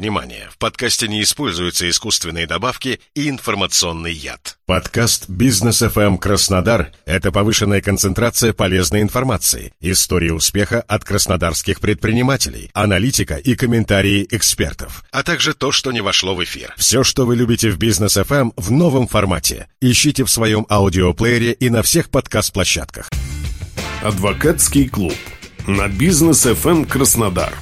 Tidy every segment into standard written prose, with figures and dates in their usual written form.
Внимание! В подкасте не используются искусственные добавки и информационный яд. Подкаст «Бизнес FM Краснодар» — это повышенная концентрация полезной информации, истории успеха от краснодарских предпринимателей, аналитика и комментарии экспертов, а также то, что не вошло в эфир. Все, что вы любите в «Бизнес FM» в новом формате. Ищите в своем аудиоплеере и на всех подкаст-площадках. Адвокатский клуб на «Бизнес FM Краснодар».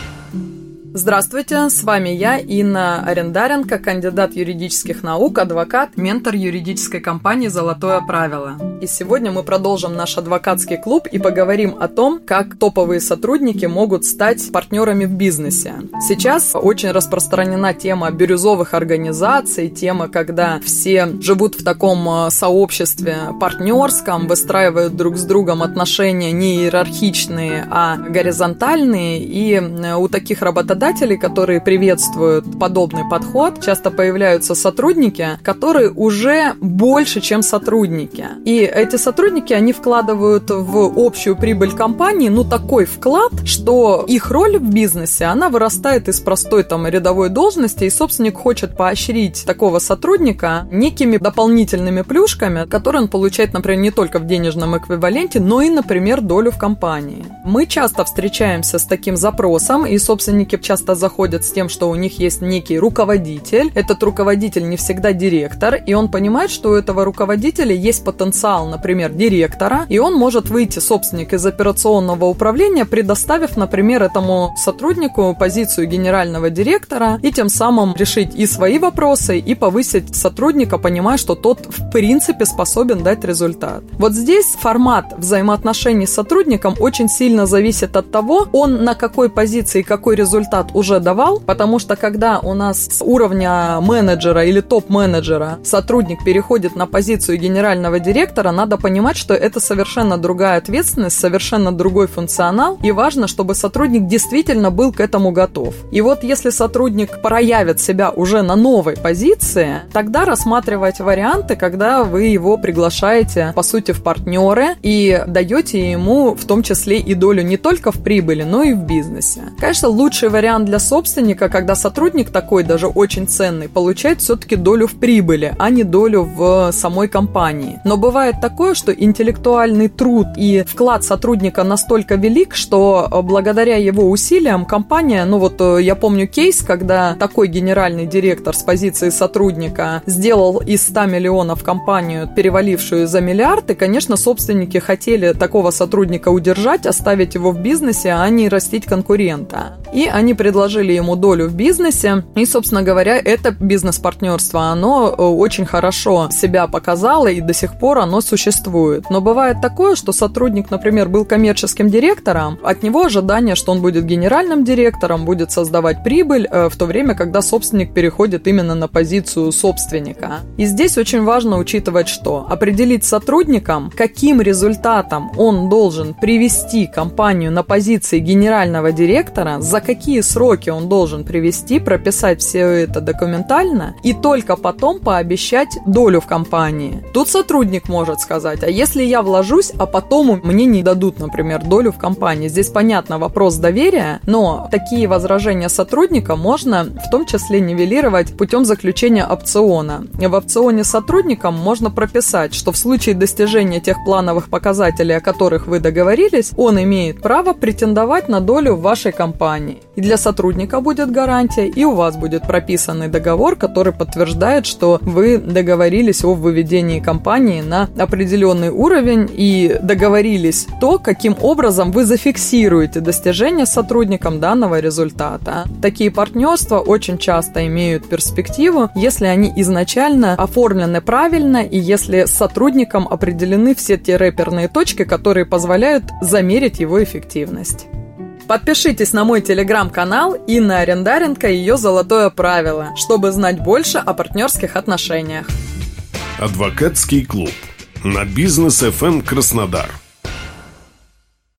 Здравствуйте, с вами я, Инна Арендаренко, кандидат юридических наук, адвокат, ментор юридической компании «Золотое правило». И сегодня мы продолжим наш адвокатский клуб и поговорим о том, как топовые сотрудники могут стать партнерами в бизнесе. Сейчас очень распространена тема бирюзовых организаций, тема, когда все живут в таком сообществе партнерском, выстраивают друг с другом отношения не иерархичные, а горизонтальные, и у таких работодателей, которые приветствуют подобный подход, часто появляются сотрудники, которые уже больше, чем сотрудники. И эти сотрудники, они вкладывают в общую прибыль компании, такой вклад, что их роль в бизнесе, она вырастает из простой рядовой должности, и собственник хочет поощрить такого сотрудника некими дополнительными плюшками, которые он получает, например, не только в денежном эквиваленте, но и, например, долю в компании. Мы часто встречаемся с таким запросом, и собственники часто заходят с тем, что у них есть некий руководитель. Этот руководитель не всегда директор, и он понимает, что у этого руководителя есть потенциал, например, директора, и он может выйти, собственник, из операционного управления, предоставив, например, этому сотруднику позицию генерального директора, и тем самым решить и свои вопросы, и повысить сотрудника, понимая, что тот, в принципе, способен дать результат. Вот здесь формат взаимоотношений с сотрудником очень сильно зависит от того, он на какой позиции, какой результат уже давал, потому что когда у нас с уровня менеджера или топ-менеджера сотрудник переходит на позицию генерального директора, надо понимать, что это совершенно другая ответственность, совершенно другой функционал, и важно, чтобы сотрудник действительно был к этому готов. И вот если сотрудник проявит себя уже на новой позиции, тогда рассматривать варианты, когда вы его приглашаете, по сути, в партнеры и даете ему в том числе и долю не только в прибыли, но и в бизнесе. Конечно, лучший вариант для собственника, когда сотрудник такой, даже очень ценный, получает все-таки долю в прибыли, а не долю в самой компании. Но бывает такое, что интеллектуальный труд и вклад сотрудника настолько велик, что благодаря его усилиям компания, я помню кейс, когда такой генеральный директор с позиции сотрудника сделал из 100 миллионов компанию, перевалившую за миллиард, и, конечно, собственники хотели такого сотрудника удержать, оставить его в бизнесе, а не растить конкурента. И они предложили ему долю в бизнесе, и, собственно говоря, это бизнес-партнерство, оно очень хорошо себя показало, и до сих пор оно существует. Но бывает такое, что сотрудник, например, был коммерческим директором, от него ожидание, что он будет генеральным директором, будет создавать прибыль, в то время, когда собственник переходит именно на позицию собственника. И здесь очень важно учитывать, что определить сотрудникам, каким результатом он должен привести компанию на позиции генерального директора, за какие сроки он должен привести, прописать все это документально и только потом пообещать долю в компании. Тут сотрудник может сказать, а если я вложусь, а потом мне не дадут, например, долю в компании. Здесь, понятно, вопрос доверия, но такие возражения сотрудника можно в том числе нивелировать путем заключения опциона. В опционе сотрудникам можно прописать, что в случае достижения тех плановых показателей, о которых вы договорились, он имеет право претендовать на долю в вашей компании. И для сотрудника будет гарантия, и у вас будет прописанный договор, который подтверждает, что вы договорились о выведении компании на определенный уровень и договорились то, каким образом вы зафиксируете достижение сотрудникам данного результата. Такие партнерства очень часто имеют перспективу, если они изначально оформлены правильно и если с сотрудником определены все те реперные точки, которые позволяют замерить его эффективность. Подпишитесь на мой телеграм-канал Инна Арендаренко и ее «Золотое правило», чтобы знать больше о партнерских отношениях. Адвокатский клуб на «Бизнес FM Краснодар».